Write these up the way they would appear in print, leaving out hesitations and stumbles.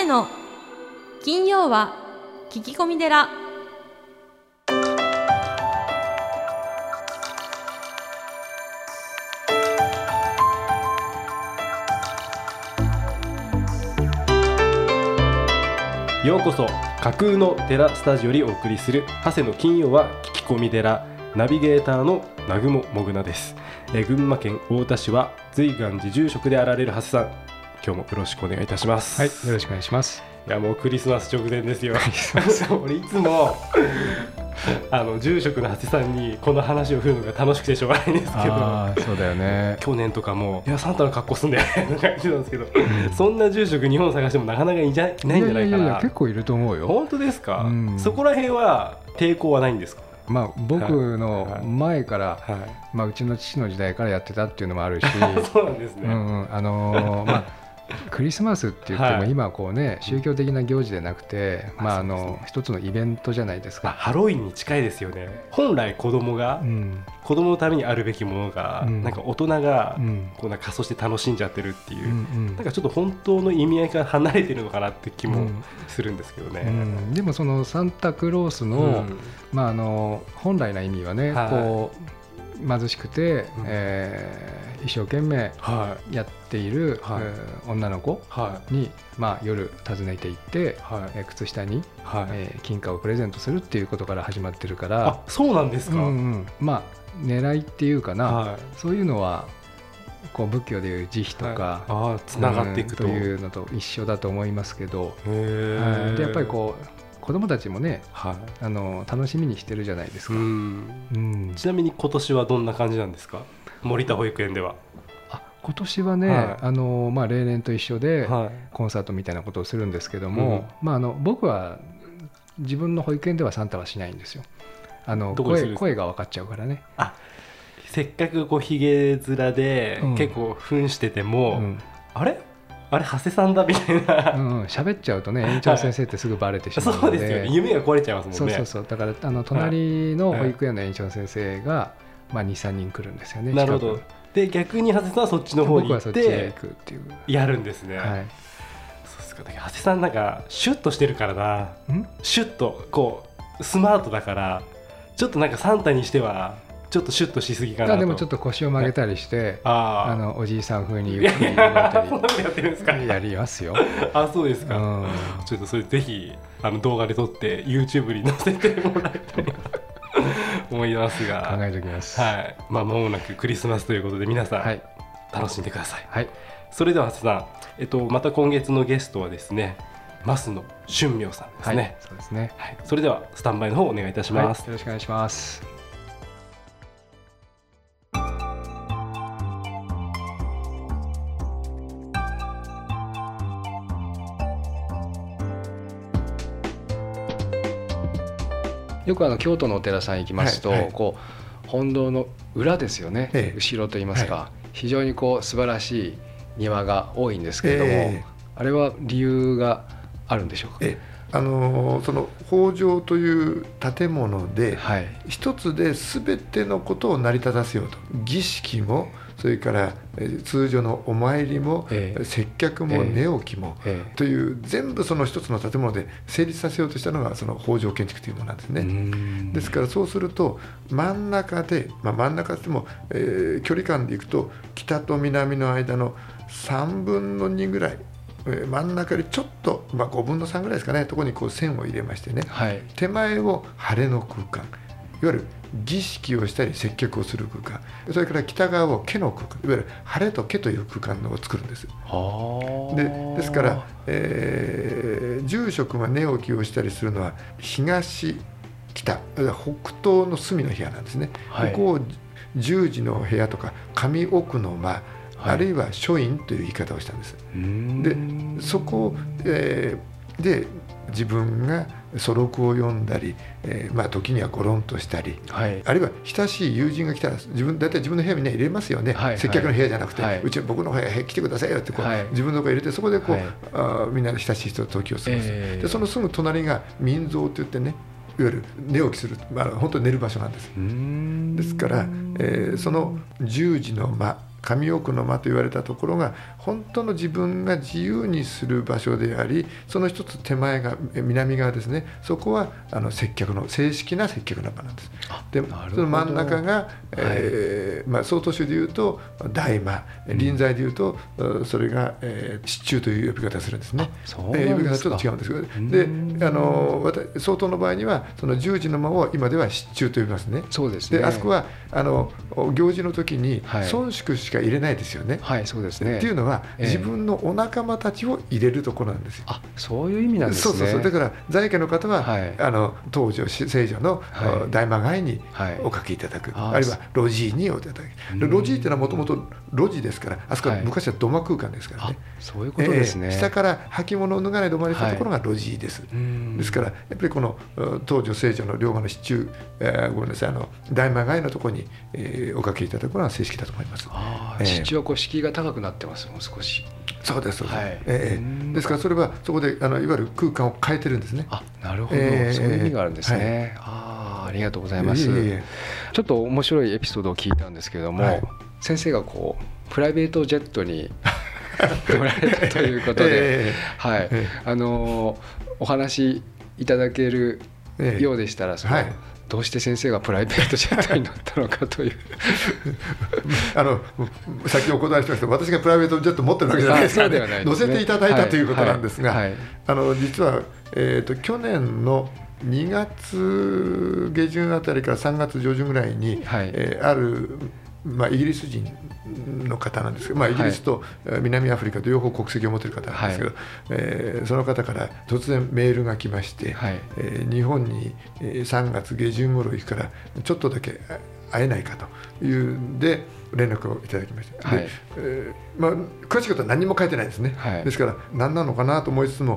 瀬の金曜は聞き込み寺。 ようこそ架空の寺スタジオにお送りする長谷の金曜は聞き込み寺、ナビゲーターの南雲もぐなです。群馬県太田市は随願寺住職であられる長谷さん、今日もよろしくお願いいたします。 はい、よろしくお願いします。 いやもうクリスマス直前ですよ俺いつも住職の長谷さんにこの話を振るのが楽しくてしょうがないんですけど、 そうだよね。 去年とかもいやサンタの格好すんだよねとか言ってたんですけど、そんな住職日本探してもなかなかいないんじゃないかな。 いや結構いると思うよ。 本当ですか、そこら辺は抵抗はないんですか？ 僕の前から、うちの父の時代からやってたっていうのもあるしそうなんですね。 クリスマスって言っても今こうね、宗教的な行事でなくて、一つのイベントじゃないですか。 ハロウィンに近いですよね。本来子供のためにあるべきものが、なんか大人がこうなんか仮装して楽しんじゃってるっていう、なんかちょっと本当の意味合いから離れてるのかなって気もするんですけどね。 でもそのサンタクロースの、本来の意味はね、こう貧しくて、一生懸命やっている、女の子に、夜訪ねていって、靴下に、金貨をプレゼントするっていうことから始まってるから。 そうなんですか。 狙いっていうかな、そういうのはこう仏教でいう慈悲とかつながっていくというのと一緒だと思いますけど、でやっぱりこう子どもたちもね、楽しみにしてるじゃないですか。 ちなみに今年はどんな感じなんですか？森田保育園では。 今年はね、例年と一緒でコンサートみたいなことをするんですけども、僕は自分の保育園ではサンタはしないんですよ。声が分かっちゃうからね。 せっかくこうひげ面で結構扮してても、あれ長谷さんだみたいな喋っちゃうとね、園長先生ってすぐバレてしまうので、 そうですよね、夢が壊れちゃいますもんね。 だから隣の保育園の園長先生が、2、3人来るんですよね。 なるほど。で逆に長谷さんはそっちの方に行ってやるんですね。そうですか。長谷さんなんかシュッとしてるからな。シュッとこうスマートだから、ちょっとなんかサンタにしてはちょっっとシュッとしすぎかなと。 でもちょっと腰を曲げたりして、おじいさん風にゆっくり動いたり。 そんなことやってるんですか？ やりますよ。 そうですか。ちょっとそれぜひ動画で撮って YouTube に載せてもらいたいな思いますが、 考えておきます。 間もなくクリスマスということで皆さん、楽しんでください。それでは長谷さん、また今月のゲストはですね、増野俊明さんですね。 そうですね。 それではスタンバイの方お願いいたします。 よろしくお願いします。よく京都のお寺さん行きますと、こう本堂の裏ですよね、後ろといいますか、非常にこう素晴らしい庭が多いんですけれども、あれは理由があるんでしょうか？ その方丈という建物で、一つで全てのことを成り立たせようと、儀式もそれから通常のお参りも、接客も寝起きも、という全部その一つの建物で成立させようとしたのがその方丈建築というものなんですね。ですからそうすると真ん中で、真ん中でも、距離感でいくと北と南の間の3分の2ぐらい、真ん中よりちょっと、5分の3ぐらいですかね、ところにこう線を入れましてね、手前を晴れの空間、いわゆる儀式をしたり接客をする空間、それから北側を気の空間、いわゆる晴れと気という空間を作るんです。ですから、住職が寝起きをしたりするのは東北、北東の隅の部屋なんですね。ここを十字の部屋とか上奥の間、あるいは書院という言い方をしたんです。でそこで自分が素録を読んだり、時にはゴロンとしたり、あるいは親しい友人が来たら大体自分の部屋みんな入れますよね。接客の部屋じゃなくて、僕の部屋来てくださいよってこう、自分のとこ入れて、そこでこう、みんなで親しい人と時を過ごす。でそのすぐ隣が眠蔵といってね、いわゆる寝起きする、本当に寝る場所なんです。ですから、その十字の間上奥の間と言われたところが本当の自分が自由にする場所であり、その一つ手前が南側ですね。そこは接客の正式な接客の場なんです。でその真ん中が、曹洞宗でいうと大間、臨済でいうとそれが、七中という呼び方をするんですね。呼び方はちょっと違うんですけど、で曹洞の場合にはその十字の間を今では七中と呼びますね。 そうですね。 であそこは行事の時に孫宿しか入れないですよね。 はいそうですね。 っていうのは、自分のお仲間たちを入れるところなんですよ。 そういう意味なんですね。 そうだから在家の方は、東条聖女の大魔街におかけいただく、あるいは路地においただく。路地っていうのはもともと路地ですから、あそこは昔は土間空間ですからね。 そういうことですね。 下から履物を脱がないで生まれたところが路地です。ですからやっぱりこの東条聖女の龍馬の七中、ごめんなさい、大魔街のところにおかけいただくのは正式だと思います。 七中はこう敷居が高くなってますもん少し。 そうですそうです。ですからそれはそこでいわゆる空間を変えてるんですね。 なるほど、そういう意味があるんですね。ありがとうございます。ちょっと面白いエピソードを聞いたんですけれども、先生がこうプライベートジェットに乗られたということで、お話いただけるようでしたら、どうして先生がプライベートジェットに乗ったのかという先お答えしました私がプライベートジェット持ってるわけじゃないですからね、乗せていただいたということなんですが、実は、去年の2月下旬あたりから3月上旬ぐらいに、あるイギリス人の方なんですけど、イギリスと南アフリカと両方国籍を持っている方なんですけど、その方から突然メールが来まして、日本に3月下旬頃行くからちょっとだけ会えないかというんで連絡をいただきました。詳しいことは何も書いてないですね。ですから何なのかなと思いつつも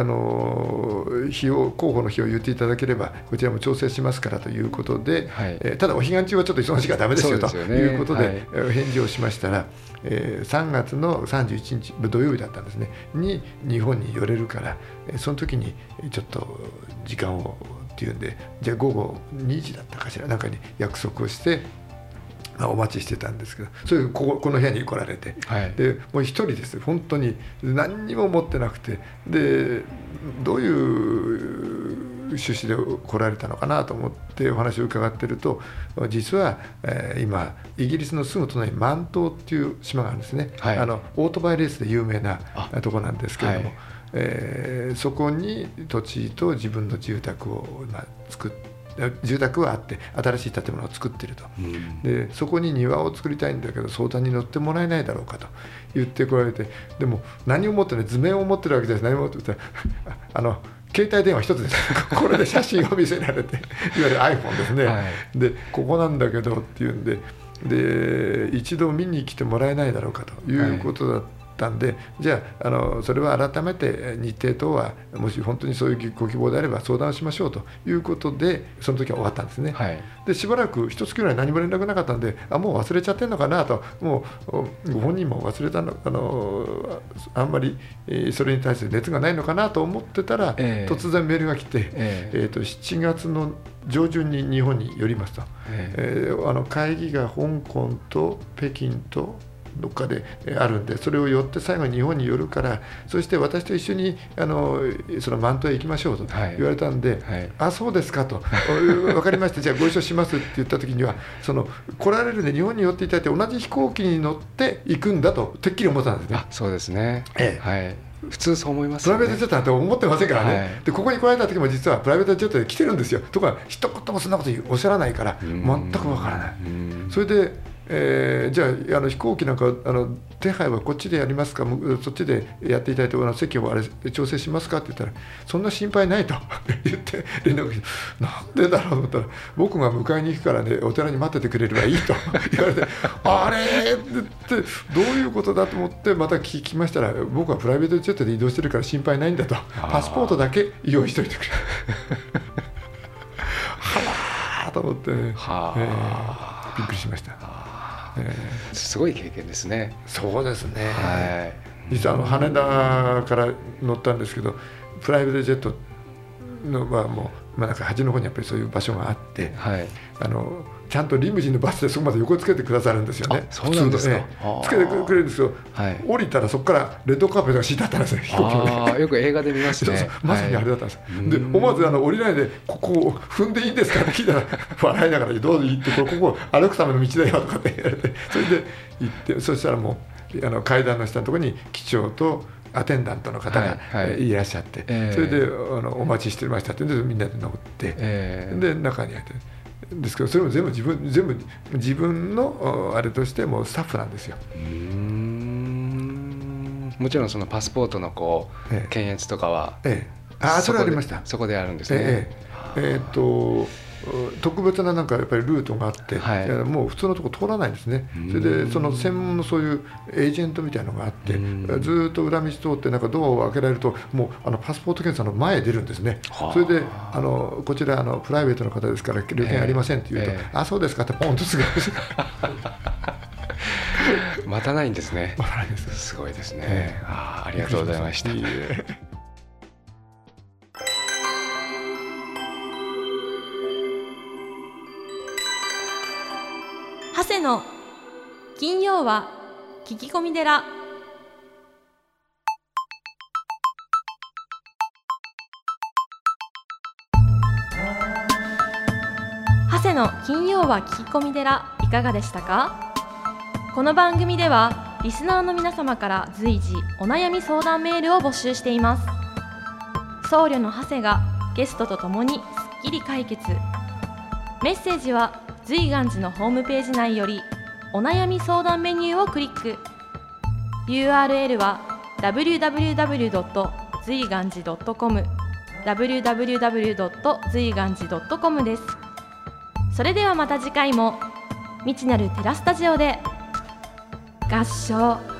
候補の日を言っていただければこちらも調整しますからということで、ただお彼岸中はちょっと忙しいからダメですよということで返事をしましたら、3月の31日土曜日だったんですねに日本に寄れるからその時にちょっと時間をっていうんで、じゃあ午後2時だったかしらなんかに約束をしてお待ちしてたんですけど、それでこの部屋に来られて、でもう一人です本当に何にも持ってなくて、でどういう趣旨で来られたのかなと思ってお話を伺ってると、実は、今イギリスのすぐ隣にマン島っていう島があるんですね。オートバイレースで有名なとこなんですけれども、そこに土地と自分の住宅を作って、住宅はあって新しい建物を作っていると、でそこに庭を作りたいんだけど相談に乗ってもらえないだろうかと言ってこられて、でも何を持ってない、図面を持ってるわけです。何も持ってない携帯電話一つですこれで写真を見せられていわゆる iPhone ですね、でここなんだけどっていうんで一度見に来てもらえないだろうかということだったんで、じゃあ、それは改めて日程等はもし本当にそういうご希望であれば相談しましょうということでその時は終わったんですね。でしばらく一月ぐらい何も連絡なかったんで、もう忘れちゃってんのかなと、もうご本人も忘れたのあんまりそれに対して熱がないのかなと思ってたら、突然メールが来て、7月の上旬に日本に寄りますと、会議が香港と北京とどっかであるんで、それを寄って最後に日本に寄るから、そして私と一緒にそのマントへ行きましょうと言われたんで、あ、そうですかと分かりました、じゃあご一緒しますって言った時には、来られるんで日本に寄っていただいて同じ飛行機に乗って行くんだとてっきり思ったんですね。 そうですね、普通そう思いますよね。 プライベートジェットなんて思ってませんからね、でここに来られた時も実はプライベートジェットで来てるんですよ。ところが一言もそんなことおっしゃらないから全くわからない。それでじゃあ、飛行機なんか手配はこっちでやりますか、そっちでやっていただいて席を調整しますかって言ったら、そんな心配ないと言って連絡して、なんでだろうと思ったら、僕が迎えに行くからねお寺に待っててくれればいいと言われてあれってどういうことだと思ってまた聞きましたら、僕はプライベートジェットで移動してるから心配ないんだと、パスポートだけ用意しといてくれはらーと思ってね、びっくりしました。 すごい経験ですね。 そうですね、実は羽田から乗ったんですけど、プライベートジェットのはもう、なんか端の方にやっぱりそういう場所があって、 はい、 ちゃんとリムジンのバスでそこまで横つけてくださるんですよね。 そうなんですか。 つけてくれるんですけど、はい、降りたらそこからレッドカーペットが敷いてあったんですよ、飛行機のね。 よく映画で見ますね。 そうまさにあれだったんです、はい、で思わず降りないでここを踏んでいいんですかって聞いたら笑いながらどうぞ行ってここ歩くための道だよとかって言われて、それで行って、そしたらもう階段の下のところに機長とアテンダントの方がいらっしゃって、それでお待ちしてましたってんでみんなで乗って、で中に入ってですけど、それも全部自分のあれとしてもうスタッフなんですよ。 もちろんそのパスポートの検閲とかは、 それはありました。 そこであるんですね。 特別ななんかやっぱりルートがあって、はい、もう普通のとこ通らないんですね。それでその専門のそういうエージェントみたいなのがあって、ずっと裏道通ってなんかドアを開けられるともうパスポート検査の前へ出るんですね。それでこちらプライベートの方ですから旅券ありませんって言うと、あ、そうですかってポンとすぐ待たないんですね。 待たないです。 すごいですね。ありがとうございました。 長谷の金曜は聞き込み寺。長谷の金曜は聞き込み寺、いかがでしたか？この番組ではリスナーの皆様から随時お悩み相談メールを募集しています。僧侶の長谷がゲストとともにすっきり解決。メッセージは随願寺のホームページ内よりお悩み相談メニューをクリック。 URL は www. 随願寺 .com www. 随願寺 .com です。それではまた次回も未知なるテラスタジオで合唱。